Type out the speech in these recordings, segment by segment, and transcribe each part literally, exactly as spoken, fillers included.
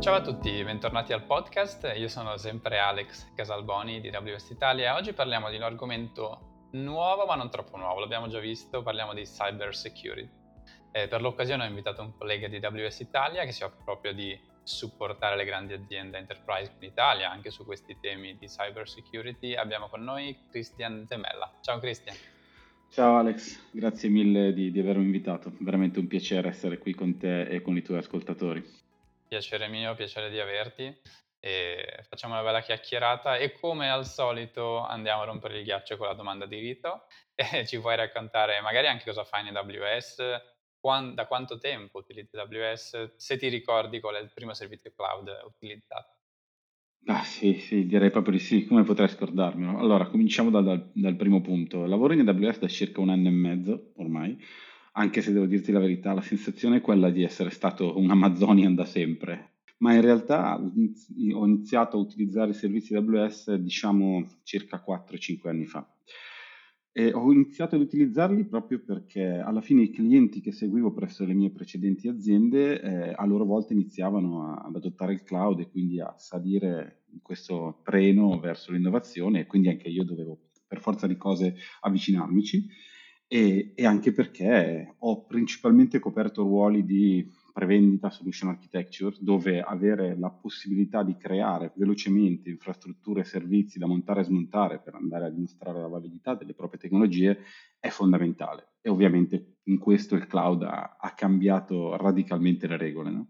Ciao a tutti, bentornati al podcast. Io sono sempre Alex Casalboni di A W S Italia e oggi parliamo di un argomento nuovo ma non troppo nuovo, l'abbiamo già visto, parliamo di cyber security. Eh, per l'occasione ho invitato un collega di A W S Italia che si occupa proprio di supportare le grandi aziende enterprise in Italia anche su questi temi di cyber security. Abbiamo con noi Christian Zemella. Ciao Christian. Ciao Alex, grazie mille di, di avermi invitato, veramente un piacere essere qui con te e con i tuoi ascoltatori. Piacere mio, piacere di averti e facciamo una bella chiacchierata e come al solito andiamo a rompere il ghiaccio con la domanda di rito e ci puoi raccontare magari anche cosa fai in A W S, quan- da quanto tempo utilizzi A W S, se ti ricordi qual è il primo servizio cloud utilizzato. Ah, sì, sì, direi proprio di sì, come potrei scordarmelo? Allora, cominciamo da- dal, dal primo punto. Lavoro in A W S da circa un anno e mezzo ormai, anche se devo dirti la verità, la sensazione è quella di essere stato un Amazonian da sempre. Ma in realtà ho inizi- ho iniziato a utilizzare i servizi A W S, diciamo, circa quattro cinque anni fa. E ho iniziato ad utilizzarli proprio perché alla fine i clienti che seguivo presso le mie precedenti aziende, eh, a loro volta iniziavano a- ad adottare il cloud e quindi a salire in questo treno verso l'innovazione e quindi anche io dovevo per forza di cose avvicinarmici e, e anche perché ho principalmente coperto ruoli di prevendita solution architecture, dove avere la possibilità di creare velocemente infrastrutture e servizi da montare e smontare per andare a dimostrare la validità delle proprie tecnologie è fondamentale. E ovviamente in questo il cloud ha, ha cambiato radicalmente le regole, no?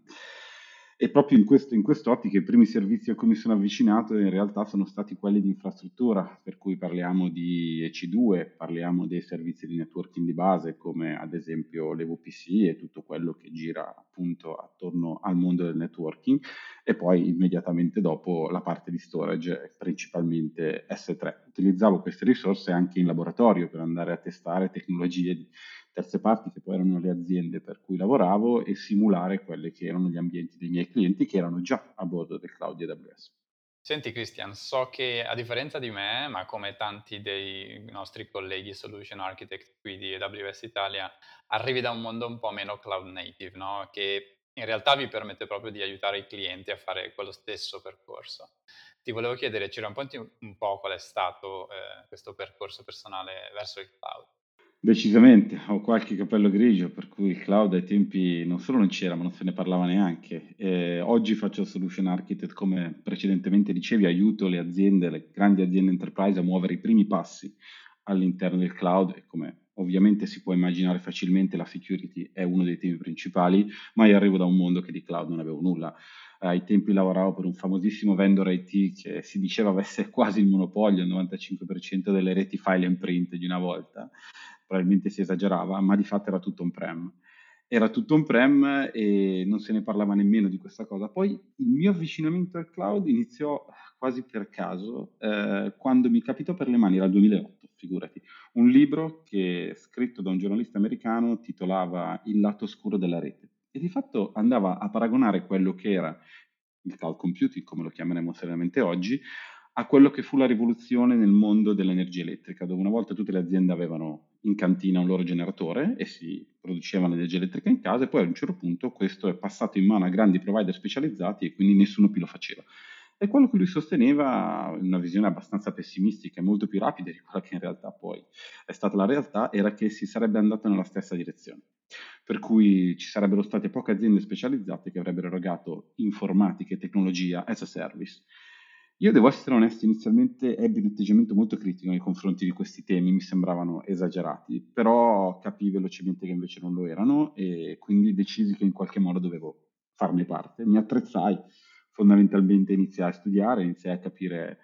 E proprio in questo, in quest'ottica i primi servizi a cui mi sono avvicinato in realtà sono stati quelli di infrastruttura, per cui parliamo di E C due, parliamo dei servizi di networking di base come ad esempio le V P C e tutto quello che gira appunto attorno al mondo del networking e poi immediatamente dopo la parte di storage, principalmente S tre. Utilizzavo queste risorse anche in laboratorio per andare a testare tecnologie di terze parti che poi erano le aziende per cui lavoravo e simulare quelli che erano gli ambienti dei miei clienti che erano già a bordo del cloud di A W S. Senti Christian, so che a differenza di me, ma come tanti dei nostri colleghi solution architect qui di A W S Italia, arrivi da un mondo un po' meno cloud native, no? Che in realtà vi permette proprio di aiutare i clienti a fare quello stesso percorso. Ti volevo chiedere, ci racconti un un po' qual è stato eh, questo percorso personale verso il cloud? Decisamente, ho qualche capello grigio, per cui il cloud ai tempi non solo non c'era, ma non se ne parlava neanche. E oggi faccio solution architect, come precedentemente dicevi, aiuto le aziende, le grandi aziende enterprise a muovere i primi passi all'interno del cloud e come ovviamente si può immaginare facilmente la security è uno dei temi principali, ma io arrivo da un mondo che di cloud non avevo nulla. Ai tempi lavoravo per un famosissimo vendor I T che si diceva avesse quasi il monopolio, il novantacinque per cento delle reti file and print di una volta, probabilmente si esagerava, ma di fatto era tutto on-prem. Era tutto on-prem e non se ne parlava nemmeno di questa cosa. Poi il mio avvicinamento al cloud iniziò quasi per caso, eh, quando mi capitò per le mani, era il duemilaotto, figurati, un libro che scritto da un giornalista americano titolava Il lato oscuro della rete e di fatto andava a paragonare quello che era il cloud computing, come lo chiameremo seriamente oggi, a quello che fu la rivoluzione nel mondo dell'energia elettrica, dove una volta tutte le aziende avevano in cantina un loro generatore e si produceva l'energia elettrica in casa e poi a un certo punto questo è passato in mano a grandi provider specializzati e quindi nessuno più lo faceva. E quello che lui sosteneva, una visione abbastanza pessimistica e molto più rapida di quella che in realtà poi è stata la realtà, era che si sarebbe andato nella stessa direzione. Per cui ci sarebbero state poche aziende specializzate che avrebbero erogato informatica e tecnologia as a service. Io devo essere onesto, inizialmente ebbi un atteggiamento molto critico nei confronti di questi temi, mi sembravano esagerati, però capii velocemente che invece non lo erano e quindi decisi che in qualche modo dovevo farne parte. Mi attrezzai, fondamentalmente iniziai a studiare, iniziai a capire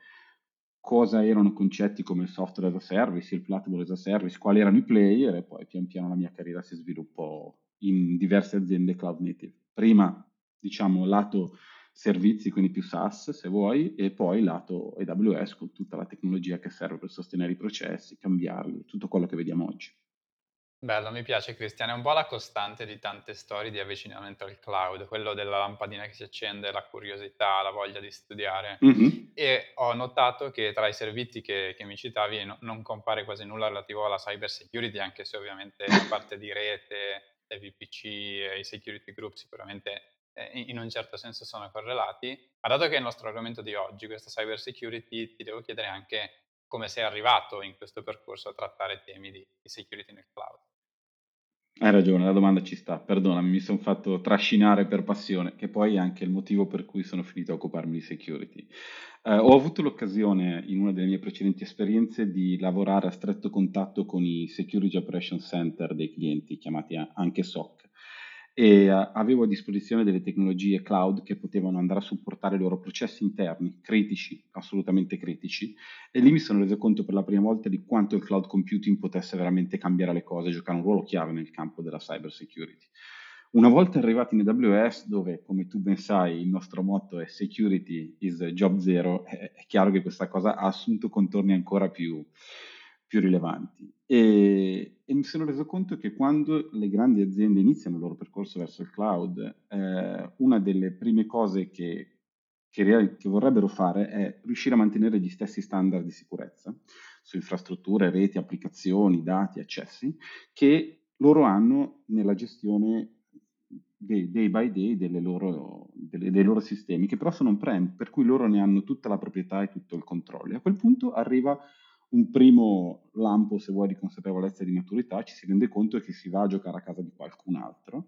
cosa erano concetti come il software as a service, il platform as a service, quali erano i player e poi pian piano la mia carriera si sviluppò in diverse aziende cloud native. Prima, diciamo, lato servizi, quindi più SaaS se vuoi, e poi lato A W S con tutta la tecnologia che serve per sostenere i processi, cambiarli, tutto quello che vediamo oggi. Bello, mi piace Cristian, è un po' la costante di tante storie di avvicinamento al cloud, quello della lampadina che si accende, la curiosità, la voglia di studiare. Mhm. E ho notato che tra i servizi che, che mi citavi no- non compare quasi nulla relativo alla cyber security, anche se ovviamente la parte di rete, le V P C e i security group sicuramente eh, in un certo senso sono correlati, ma dato che è il nostro argomento di oggi, questa cyber security, ti devo chiedere anche come sei arrivato in questo percorso a trattare temi di, di security nel cloud. Hai ragione, la domanda ci sta, perdonami, mi sono fatto trascinare per passione, che poi è anche il motivo per cui sono finito a occuparmi di security. Eh, ho avuto l'occasione in una delle mie precedenti esperienze di lavorare a stretto contatto con i Security Operation Center dei clienti, chiamati a- anche S O C, e eh, avevo a disposizione delle tecnologie cloud che potevano andare a supportare i loro processi interni, critici, assolutamente critici, e lì mi sono reso conto per la prima volta di quanto il cloud computing potesse veramente cambiare le cose e giocare un ruolo chiave nel campo della cyber security. Una volta arrivati in A W S, dove, come tu ben sai, il nostro motto è Security is Job Zero, è, è chiaro che questa cosa ha assunto contorni ancora più, più rilevanti. E, e mi sono reso conto che quando le grandi aziende iniziano il loro percorso verso il cloud, eh, una delle prime cose che, che, rea- che vorrebbero fare è riuscire a mantenere gli stessi standard di sicurezza su infrastrutture, reti, applicazioni, dati, accessi, che loro hanno nella gestione day, day by day delle loro, delle- dei loro sistemi, che però sono on-prem, per cui loro ne hanno tutta la proprietà e tutto il controllo. E a quel punto arriva un primo lampo, se vuoi, di consapevolezza e di maturità, ci si rende conto che si va a giocare a casa di qualcun altro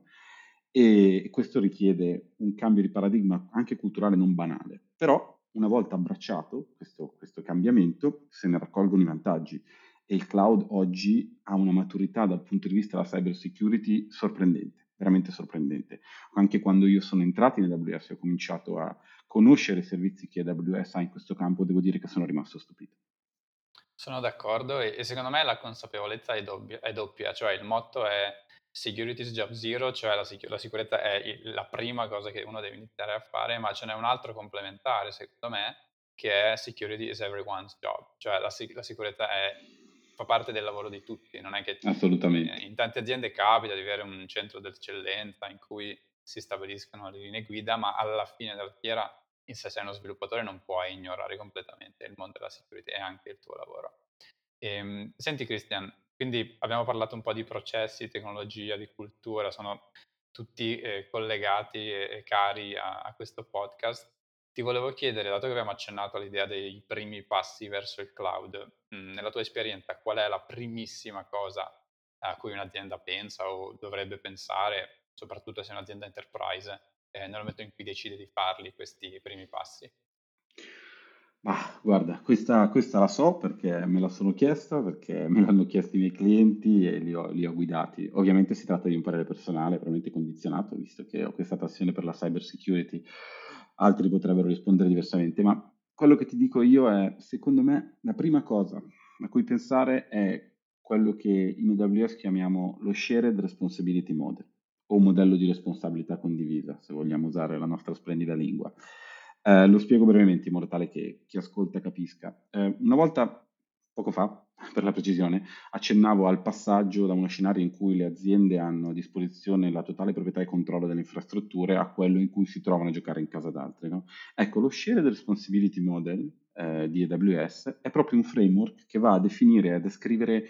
e questo richiede un cambio di paradigma anche culturale non banale. Però, una volta abbracciato questo, questo cambiamento, se ne raccolgono i vantaggi e il cloud oggi ha una maturità dal punto di vista della cyber security sorprendente, veramente sorprendente. Anche quando io sono entrato in A W S e ho cominciato a conoscere i servizi che A W S ha in questo campo, devo dire che sono rimasto stupito. Sono d'accordo e, e secondo me la consapevolezza è doppia, è doppia, cioè il motto è security is job zero, cioè la, sic- la sicurezza è il- la prima cosa che uno deve iniziare a fare, ma ce n'è un altro complementare secondo me che è security is everyone's job, cioè la, sic- la sicurezza è, fa parte del lavoro di tutti, non è che eh, Assolutamente. in tante aziende capita di avere un centro d'eccellenza in cui si stabiliscono le linee guida, ma alla fine della fiera in se sei uno sviluppatore non puoi ignorare completamente il mondo della security e anche il tuo lavoro. Ehm, senti Christian, quindi abbiamo parlato un po' di processi, tecnologia, di cultura, sono tutti eh, collegati e, e cari a, a questo podcast. Ti volevo chiedere, dato che abbiamo accennato all'idea dei primi passi verso il cloud, mh, nella tua esperienza qual è la primissima cosa a cui un'azienda pensa o dovrebbe pensare, soprattutto se è un'azienda enterprise, eh, nel momento in cui decide di farli questi primi passi? Ma guarda, questa, questa la so perché me la sono chiesta, perché me l'hanno chiesto i miei clienti e li ho, li ho guidati. Ovviamente si tratta di un parere personale, probabilmente condizionato, visto che ho questa passione per la cyber security. Altri potrebbero rispondere diversamente, ma quello che ti dico io è, secondo me, la prima cosa a cui pensare è quello che in A W S chiamiamo lo shared responsibility model o un modello di responsabilità condivisa, se vogliamo usare la nostra splendida lingua. Eh, lo spiego brevemente in modo tale che chi ascolta capisca. Eh, una volta, poco fa, per la precisione, accennavo al passaggio da uno scenario in cui le aziende hanno a disposizione la totale proprietà e controllo delle infrastrutture a quello in cui si trovano a giocare in casa d'altri, no? Ecco, lo Shared Responsibility Model eh, di A W S è proprio un framework che va a definire e a descrivere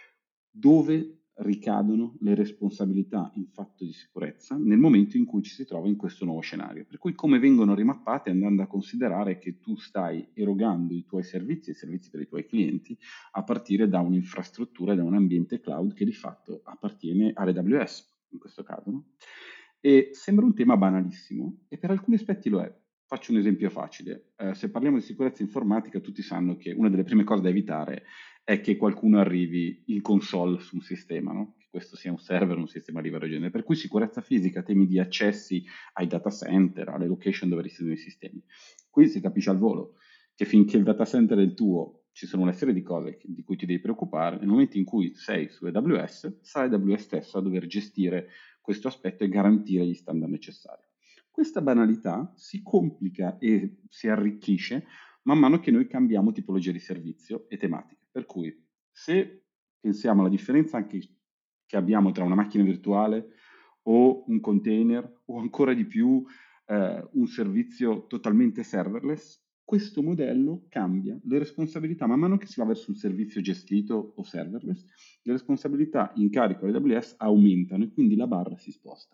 dove ricadono le responsabilità in fatto di sicurezza nel momento in cui ci si trova in questo nuovo scenario. Per cui come vengono rimappate andando a considerare che tu stai erogando i tuoi servizi e i servizi per i tuoi clienti a partire da un'infrastruttura e da un ambiente cloud che di fatto appartiene all'A W S, in questo caso. No? E sembra un tema banalissimo e per alcuni aspetti lo è. Faccio un esempio facile. Eh, se parliamo di sicurezza informatica, tutti sanno che una delle prime cose da evitare è che qualcuno arrivi in console su un sistema, no? Che questo sia un server o un sistema di vario genere. Per cui sicurezza fisica, temi di accessi ai data center, alle location dove risiedono i sistemi. Qui si capisce al volo che finché il data center è il tuo, ci sono una serie di cose che- di cui ti devi preoccupare. Nel momento in cui sei su A W S, sarà A W S stesso a dover gestire questo aspetto e garantire gli standard necessari. Questa banalità si complica e si arricchisce man mano che noi cambiamo tipologia di servizio e tematica. Per cui se pensiamo alla differenza anche che abbiamo tra una macchina virtuale o un container o ancora di più eh, un servizio totalmente serverless, questo modello cambia le responsabilità man mano che si va verso un servizio gestito o serverless, le responsabilità in carico alle A W S aumentano e quindi la barra si sposta.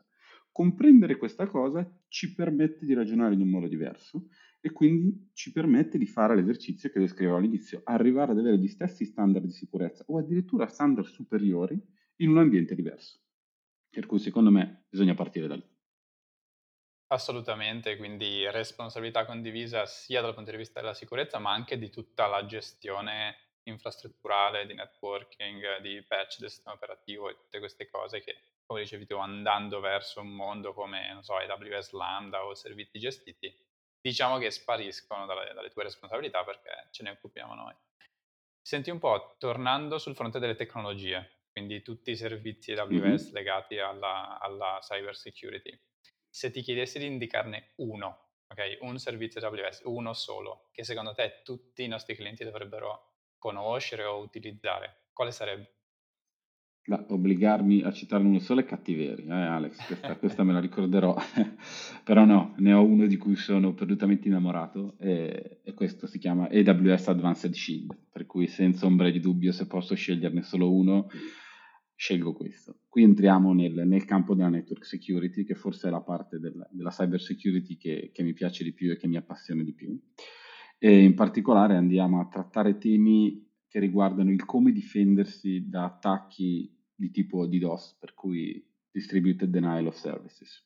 Comprendere questa cosa ci permette di ragionare in un modo diverso e quindi ci permette di fare l'esercizio che descrivevo all'inizio, arrivare ad avere gli stessi standard di sicurezza o addirittura standard superiori in un ambiente diverso. Per cui secondo me bisogna partire da lì. Assolutamente, quindi responsabilità condivisa sia dal punto di vista della sicurezza, ma anche di tutta la gestione infrastrutturale, di networking, di patch del sistema operativo e tutte queste cose che, come dicevi tu, andando verso un mondo come, non so, A W S Lambda o servizi gestiti, diciamo che spariscono dalle, dalle tue responsabilità perché ce ne occupiamo noi. Senti un po', tornando sul fronte delle tecnologie, quindi tutti i servizi A W S Mhm. legati alla, alla cyber security, se ti chiedessi di indicarne uno, ok, un servizio A W S, uno solo, che secondo te tutti i nostri clienti dovrebbero conoscere o utilizzare, quale sarebbe? Da obbligarmi a citarne uno solo è cattiveria, eh, Alex, questa, questa me la ricorderò, però no, ne ho uno di cui sono perdutamente innamorato e, e questo si chiama A W S Advanced Shield, per cui senza ombra di dubbio se posso sceglierne solo uno, scelgo questo. Qui entriamo nel, nel campo della network security, che forse è la parte del- della cyber security che, che mi piace di più e che mi appassiona di più. E in particolare andiamo a trattare temi che riguardano il come difendersi da attacchi di tipo DDoS, per cui Distributed Denial of Services.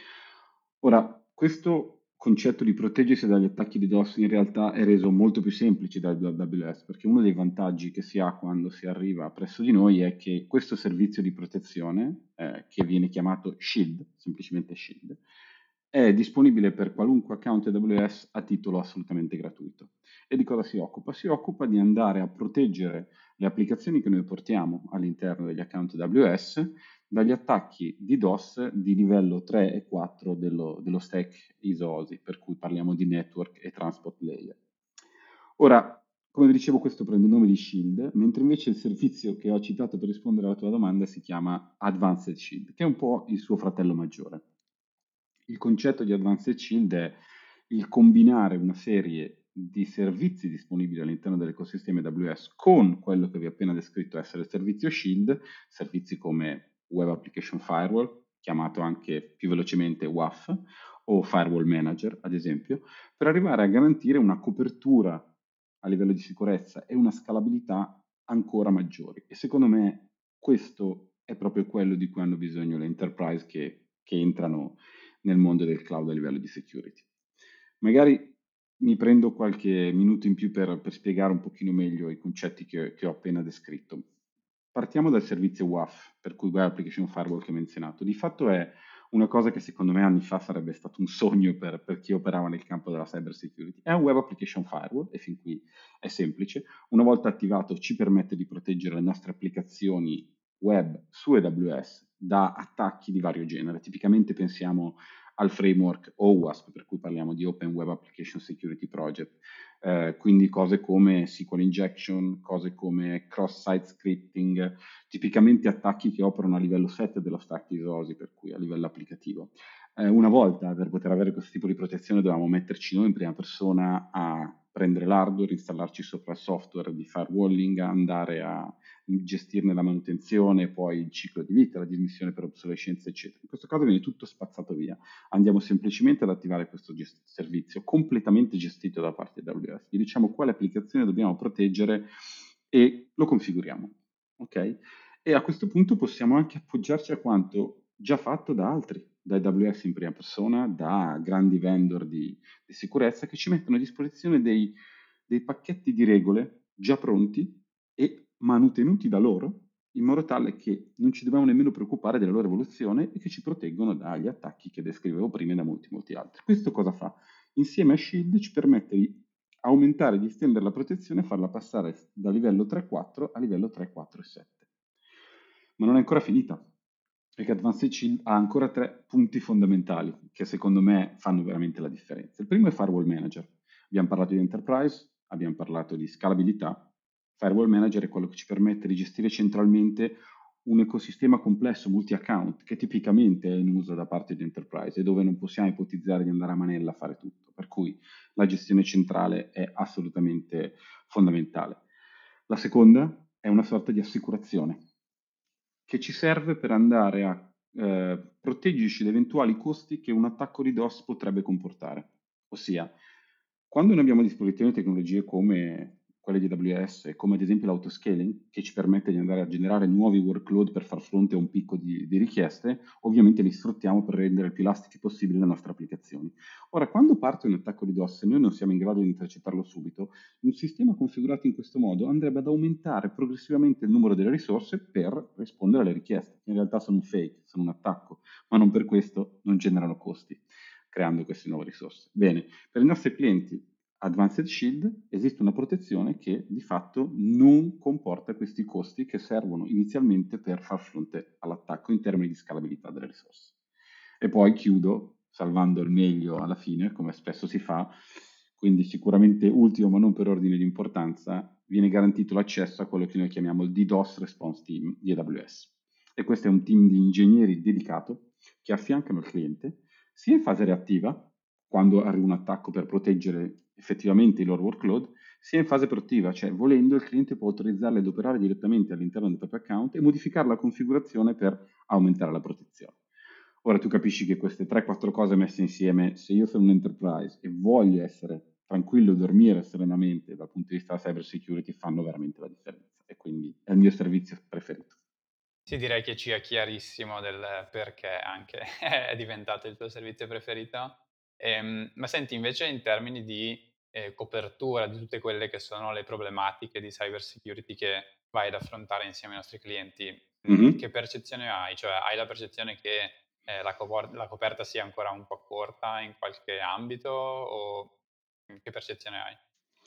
Ora, questo concetto di proteggersi dagli attacchi DDoS in realtà è reso molto più semplice dal A W S, perché uno dei vantaggi che si ha quando si arriva presso di noi è che questo servizio di protezione, eh, che viene chiamato Shield, semplicemente Shield, è disponibile per qualunque account A W S a titolo assolutamente gratuito. E di cosa si occupa? Si occupa di andare a proteggere le applicazioni che noi portiamo all'interno degli account A W S dagli attacchi DDoS di livello tre e quattro dello, dello stack I S O O S I, per cui parliamo di network e transport layer. Ora, come vi dicevo, questo prende il nome di Shield, mentre invece il servizio che ho citato per rispondere alla tua domanda si chiama Advanced Shield, che è un po' il suo fratello maggiore. Il concetto di Advanced Shield è il combinare una serie di servizi disponibili all'interno dell'ecosistema A W S con quello che vi ho appena descritto essere il servizio Shield, servizi come Web Application Firewall, chiamato anche più velocemente W A F, o Firewall Manager, ad esempio, per arrivare a garantire una copertura a livello di sicurezza e una scalabilità ancora maggiori. E secondo me questo è proprio quello di cui hanno bisogno le enterprise che, che entrano nel mondo del cloud a livello di security. Magari mi prendo qualche minuto in più per, per spiegare un pochino meglio i concetti che, che ho appena descritto. Partiamo dal servizio W A F, per cui Web Application Firewall che ho menzionato. Di fatto è una cosa che secondo me anni fa sarebbe stato un sogno per, per chi operava nel campo della cyber security. È un Web Application Firewall e fin qui è semplice. Una volta attivato ci permette di proteggere le nostre applicazioni web su A W S da attacchi di vario genere. Tipicamente pensiamo al framework O W A S P, per cui parliamo di Open Web Application Security Project, eh, quindi cose come S Q L injection, cose come cross-site scripting, tipicamente attacchi che operano a livello sette dello stack I S O O S I, per cui a livello applicativo. Eh, una volta per poter avere questo tipo di protezione dovevamo metterci noi in prima persona a prendere l'hardware, installarci sopra il software di firewalling, andare a gestirne la manutenzione, poi il ciclo di vita, la dismissione per obsolescenza, eccetera. In questo caso viene tutto spazzato via. Andiamo semplicemente ad attivare questo gest- servizio completamente gestito da parte di A W S. Gli diciamo quale applicazione dobbiamo proteggere e lo configuriamo. Ok? E a questo punto possiamo anche appoggiarci a quanto già fatto da altri, da A W S in prima persona, da grandi vendor di, di sicurezza che ci mettono a disposizione dei, dei pacchetti di regole già pronti e manutenuti da loro, in modo tale che non ci dobbiamo nemmeno preoccupare della loro evoluzione e che ci proteggono dagli attacchi che descrivevo prima e da molti, molti altri. Questo cosa fa? Insieme a Shield ci permette di aumentare, di estendere la protezione e farla passare da livello tre punto quattro a livello tre, quattro e sette. Ma non è ancora finita, perché Advanced Shield ha ancora tre punti fondamentali che secondo me fanno veramente la differenza. Il primo è Firewall Manager. Abbiamo parlato di enterprise, abbiamo parlato di scalabilità. Firewall Manager è quello che ci permette di gestire centralmente un ecosistema complesso multi-account che tipicamente è in uso da parte di enterprise e dove non possiamo ipotizzare di andare a manella a fare tutto. Per cui la gestione centrale è assolutamente fondamentale. La seconda è una sorta di assicurazione che ci serve per andare a eh, proteggisci da eventuali costi che un attacco di DOS potrebbe comportare. Ossia, quando noi abbiamo a disposizione tecnologie come quelle di A W S, come ad esempio l'autoscaling, che ci permette di andare a generare nuovi workload per far fronte a un picco di, di richieste, ovviamente li sfruttiamo per rendere il più elastici possibile le nostre applicazioni. Ora, quando parte un attacco di DOS e noi non siamo in grado di intercettarlo subito, un sistema configurato in questo modo andrebbe ad aumentare progressivamente il numero delle risorse per rispondere alle richieste, che in realtà sono un fake, sono un attacco, ma non per questo non generano costi, creando queste nuove risorse. Bene, per i nostri clienti Advanced Shield esiste una protezione che di fatto non comporta questi costi che servono inizialmente per far fronte all'attacco in termini di scalabilità delle risorse. E poi chiudo salvando il meglio alla fine, come spesso si fa, quindi sicuramente ultimo ma non per ordine di importanza, viene garantito l'accesso a quello che noi chiamiamo il DDoS Response Team di A W S. E questo è un team di ingegneri dedicato che affiancano il cliente sia in fase reattiva, quando arriva un attacco per proteggere effettivamente i loro workload, sia in fase proattiva, cioè volendo il cliente può autorizzarli ad operare direttamente all'interno del proprio account e modificare la configurazione per aumentare la protezione. Ora tu capisci che queste tre quattro cose messe insieme, se io sono un enterprise e voglio essere tranquillo e dormire serenamente dal punto di vista della cyber security, fanno veramente la differenza e quindi è il mio servizio preferito. Sì, direi che ci è chiarissimo del perché anche è diventato il tuo servizio preferito. Ehm, ma senti, invece in termini di, ehm, copertura di tutte quelle che sono le problematiche di cyber security che vai ad affrontare insieme ai nostri clienti, mhmm, che Mhm. percezione hai? Cioè, hai la percezione che, ehm, la copor la coperta sia ancora un po' corta in qualche ambito o, mhmm, che percezione hai?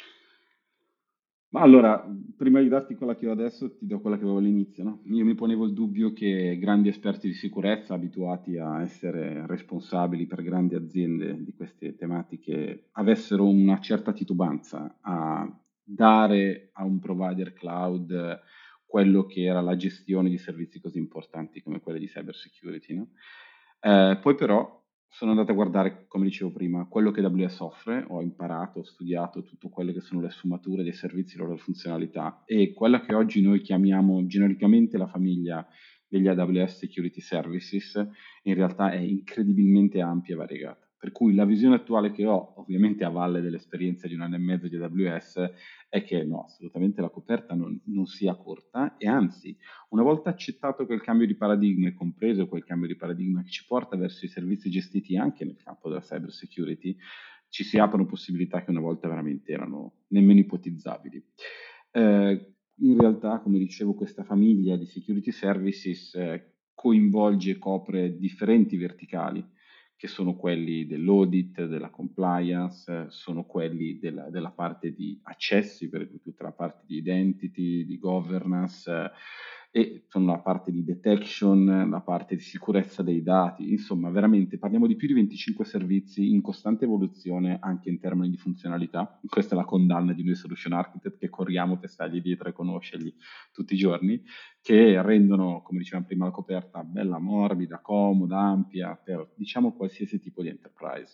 Ma allora, prima di darti quella che ho adesso, ti do quella che avevo all'inizio, no? Io mi ponevo il dubbio che grandi esperti di sicurezza, abituati a essere responsabili per grandi aziende di queste tematiche, avessero una certa titubanza a dare a un provider cloud quello che era la gestione di servizi così importanti come quelli di cyber security, no? Eh, poi però sono andato a guardare, come dicevo prima, quello che A W S offre, ho imparato, ho studiato tutto quello che sono le sfumature dei servizi, le loro funzionalità e quella che oggi noi chiamiamo genericamente la famiglia degli A W S Security Services in realtà è incredibilmente ampia e variegata. Per cui la visione attuale che ho, ovviamente a valle dell'esperienza di un anno e mezzo di A W S, è che no, assolutamente la coperta non, non sia corta e anzi una volta accettato quel cambio di paradigma e compreso quel cambio di paradigma che ci porta verso i servizi gestiti anche nel campo della cyber security, ci si aprono possibilità che una volta veramente erano nemmeno ipotizzabili. Eh, in realtà, come dicevo, questa famiglia di security services eh, coinvolge e copre differenti verticali, che sono quelli dell'audit, della compliance, eh, sono quelli della, della parte di accessi, per cui tutta la parte di identity, di governance, eh, e sono la parte di detection, la parte di sicurezza dei dati, insomma, veramente parliamo di più di venticinque servizi in costante evoluzione anche in termini di funzionalità. Questa è la condanna di noi solution architect che corriamo per stargli dietro e conoscerli tutti i giorni, che rendono, come dicevamo prima, la coperta bella morbida, comoda, ampia per diciamo qualsiasi tipo di enterprise.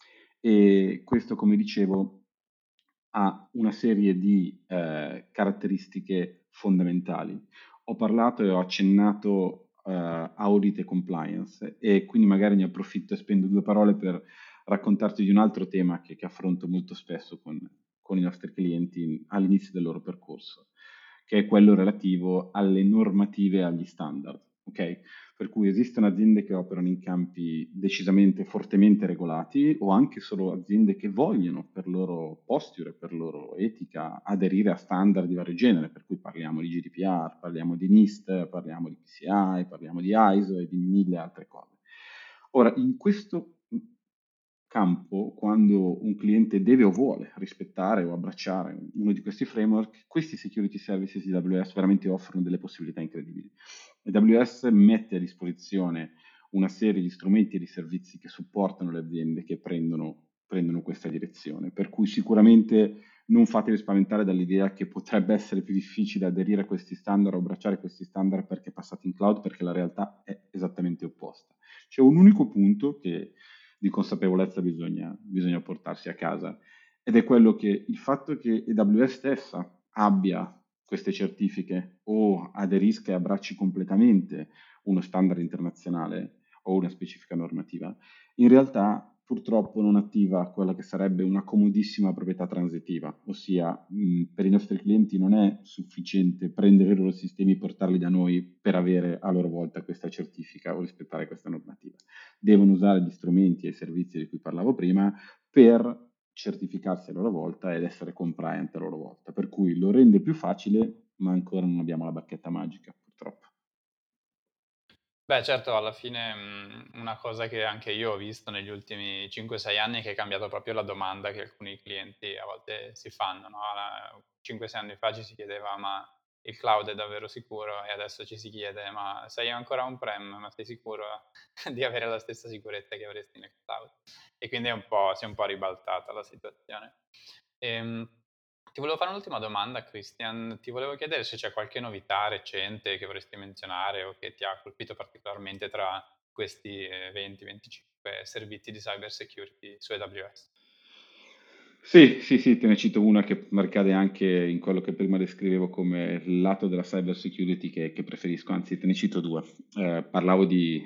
E questo, come dicevo, ha una serie di eh, caratteristiche fondamentali. Ho parlato e ho accennato eh, audit e compliance e quindi magari ne approfitto e spendo due parole per raccontarti di un altro tema che, che affronto molto spesso con, con i nostri clienti all'inizio del loro percorso, che è quello relativo alle normative e agli standard. Ok? Per cui esistono aziende che operano in campi decisamente fortemente regolati o anche solo aziende che vogliono per loro posture, per loro etica, aderire a standard di vario genere, per cui parliamo di G D P R, parliamo di NIST, parliamo di P C I, parliamo di I S O e di mille altre cose. Ora, in questo campo, quando un cliente deve o vuole rispettare o abbracciare uno di questi framework, questi security services di A W S veramente offrono delle possibilità incredibili. A W S mette a disposizione una serie di strumenti e di servizi che supportano le aziende che prendono, prendono questa direzione, per cui sicuramente non fatevi spaventare dall'idea che potrebbe essere più difficile aderire a questi standard o abbracciare questi standard perché passati in cloud, perché la realtà è esattamente opposta. C'è un unico punto che di consapevolezza bisogna, bisogna portarsi a casa ed è quello che il fatto che A W S stessa abbia queste certifiche o aderisca e abbracci completamente uno standard internazionale, o una specifica normativa, in realtà purtroppo non attiva quella che sarebbe una comodissima proprietà transitiva, ossia mh, per i nostri clienti non è sufficiente prendere i loro sistemi e portarli da noi per avere a loro volta questa certifica o rispettare questa normativa. Devono usare gli strumenti e i servizi di cui parlavo prima per certificarsi a loro volta ed essere compliant a loro volta, per cui lo rende più facile, ma ancora non abbiamo la bacchetta magica, purtroppo. Beh, certo, alla fine, mhmm, una cosa che anche io ho visto negli ultimi cinque, sei anni è che è cambiato proprio la domanda che alcuni clienti a volte si fanno, no, la cinque, sei anni fa ci si chiedeva: "Ma il cloud è davvero sicuro?" E adesso ci si chiede: "Ma sei ancora on-prem, ma sei sicuro di avere la stessa sicurezza che avresti nel cloud?" E quindi è un po' si è un po' ribaltata la situazione. Ehm, Ti volevo fare un'ultima domanda, Christian. Ti volevo chiedere se c'è qualche novità recente che vorresti menzionare o che ti ha colpito particolarmente tra questi eh, venti venticinque servizi di cyber security su A W S. Sì, sì, sì, te ne cito una che ricade anche in quello che prima descrivevo come il lato della cyber security che, che preferisco, anzi te ne cito due. Eh, parlavo di,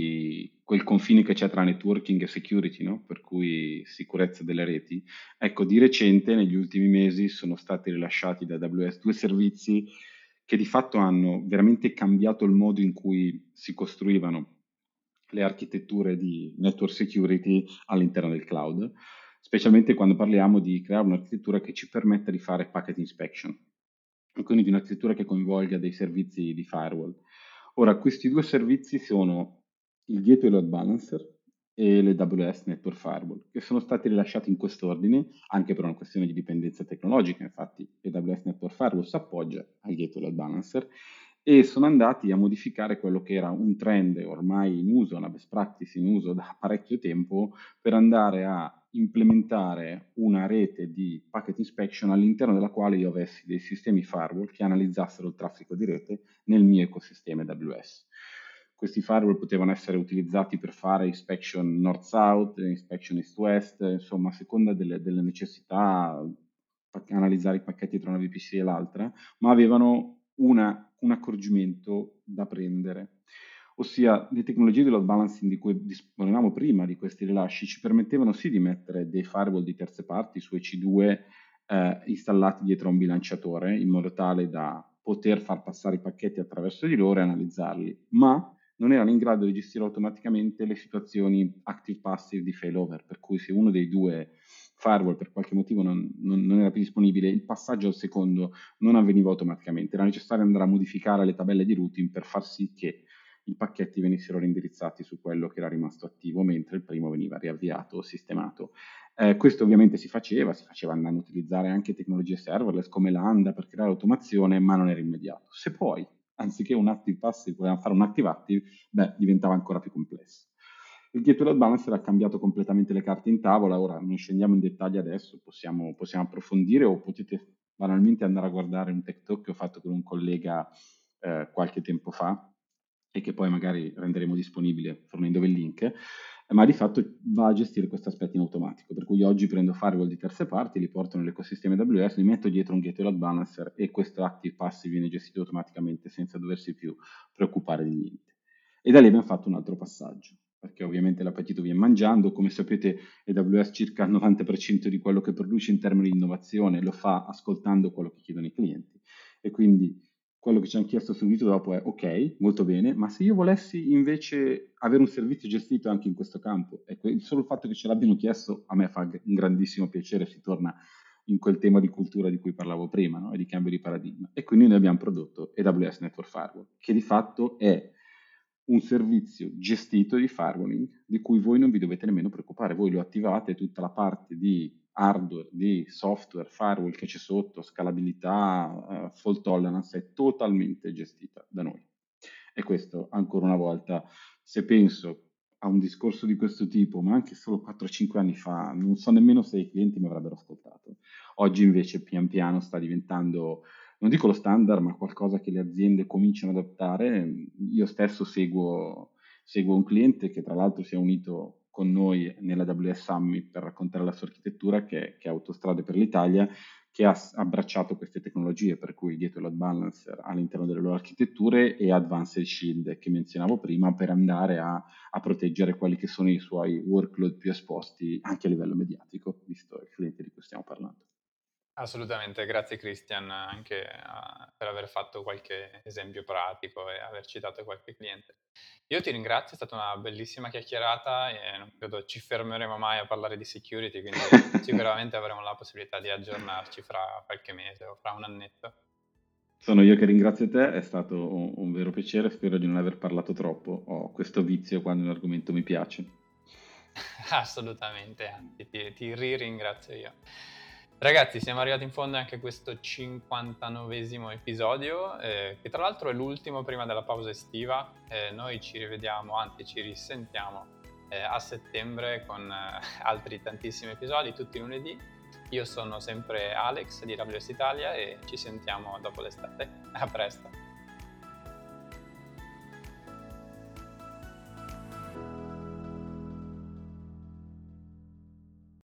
di quel confine che c'è tra networking e security, no? Per cui sicurezza delle reti. Ecco, di recente, negli ultimi mesi, sono stati rilasciati da A W S due servizi che di fatto hanno veramente cambiato il modo in cui si costruivano le architetture di network security all'interno del cloud, specialmente quando parliamo di creare un'architettura che ci permetta di fare packet inspection, e quindi di un'architettura che coinvolga dei servizi di firewall. Ora, questi due servizi sono il Gateway Load Balancer e le A W S Network Firewall, che sono stati rilasciati in quest'ordine, anche per una questione di dipendenza tecnologica. Infatti, A W S Network Firewall si appoggia al Gateway Load Balancer e sono andati a modificare quello che era un trend ormai in uso, una best practice in uso da parecchio tempo, per andare a implementare una rete di packet inspection all'interno della quale io avessi dei sistemi firewall che analizzassero il traffico di rete nel mio ecosistema A W S. Questi firewall potevano essere utilizzati per fare inspection north-south, inspection east-west, insomma, a seconda delle, delle necessità, analizzare i pacchetti tra una V P C e l'altra, ma avevano una, un accorgimento da prendere. Ossia, le tecnologie di load balancing di cui disponevamo prima di questi rilasci ci permettevano sì di mettere dei firewall di terze parti su E C due eh, installati dietro a un bilanciatore in modo tale da poter far passare i pacchetti attraverso di loro e analizzarli, ma non erano in grado di gestire automaticamente le situazioni active-passive di failover, per cui se uno dei due firewall per qualche motivo non, non, non era più disponibile, il passaggio al secondo non avveniva automaticamente, era necessario andare a modificare le tabelle di routing per far sì che i pacchetti venissero reindirizzati su quello che era rimasto attivo, mentre il primo veniva riavviato o sistemato. Eh, questo ovviamente si faceva, si faceva andando a utilizzare anche tecnologie serverless come Lambda per creare automazione, ma non era immediato. Se poi, anziché un active passive, volevamo fare un active active, beh, diventava ancora più complesso. Il Gateway Load Balancer ha cambiato completamente le carte in tavola, ora non scendiamo in dettagli adesso, possiamo, possiamo approfondire o potete banalmente andare a guardare un tech talk che ho fatto con un collega eh, qualche tempo fa e che poi magari renderemo disponibile fornendovi il link, eh, ma di fatto va a gestire questo aspetto in automatico, per cui oggi prendo firewall di terze parti, li porto nell'ecosistema A W S, li metto dietro un gateway load balancer e questo active passive viene gestito automaticamente senza doversi più preoccupare di niente. E da lì abbiamo fatto un altro passaggio, perché ovviamente l'appetito viene mangiando, come sapete A W S circa il novanta per cento di quello che produce in termini di innovazione lo fa ascoltando quello che chiedono i clienti e quindi quello che ci hanno chiesto subito dopo è ok, molto bene, ma se io volessi invece avere un servizio gestito anche in questo campo, ecco, il solo fatto che ce l'abbiano chiesto a me fa un grandissimo piacere, si torna in quel tema di cultura di cui parlavo prima, no? E di cambio di paradigma. E quindi noi abbiamo prodotto A W S Network Firewall, che di fatto è un servizio gestito di firewalling di cui voi non vi dovete nemmeno preoccupare, voi lo attivate, tutta la parte di hardware, di software, firewall che c'è sotto, scalabilità, uh, fault tolerance è totalmente gestita da noi. E questo, ancora una volta, se penso a un discorso di questo tipo, ma anche solo quattro cinque anni fa, non so nemmeno se i clienti mi avrebbero ascoltato. Oggi invece pian piano sta diventando, non dico lo standard, ma qualcosa che le aziende cominciano ad adottare. Io stesso seguo, seguo un cliente che tra l'altro si è unito con noi nella A W S Summit per raccontare la sua architettura, che, che è Autostrade per l'Italia, che ha s- abbracciato queste tecnologie, per cui dietro load balancer all'interno delle loro architetture e Advanced Shield che menzionavo prima per andare a, a proteggere quelli che sono i suoi workload più esposti anche a livello mediatico, visto il cliente di cui stiamo parlando. Assolutamente, grazie Christian anche a- per aver fatto qualche esempio pratico e aver citato qualche cliente. Io ti ringrazio, è stata una bellissima chiacchierata e non credo ci fermeremo mai a parlare di security, quindi sicuramente avremo la possibilità di aggiornarci fra qualche mese o fra un annetto. Sono io che ringrazio te, è stato un, un vero piacere, spero di non aver parlato troppo, ho questo vizio quando un argomento mi piace. Assolutamente, anzi, ti, ti ringrazio io. Ragazzi, siamo arrivati in fondo anche a questo cinquantanovesimo episodio, eh, che tra l'altro è l'ultimo prima della pausa estiva. Eh, noi ci rivediamo, anzi ci risentiamo eh, a settembre con eh, altri tantissimi episodi, tutti i lunedì. Io sono sempre Alex di A W S Italia e ci sentiamo dopo l'estate. A presto!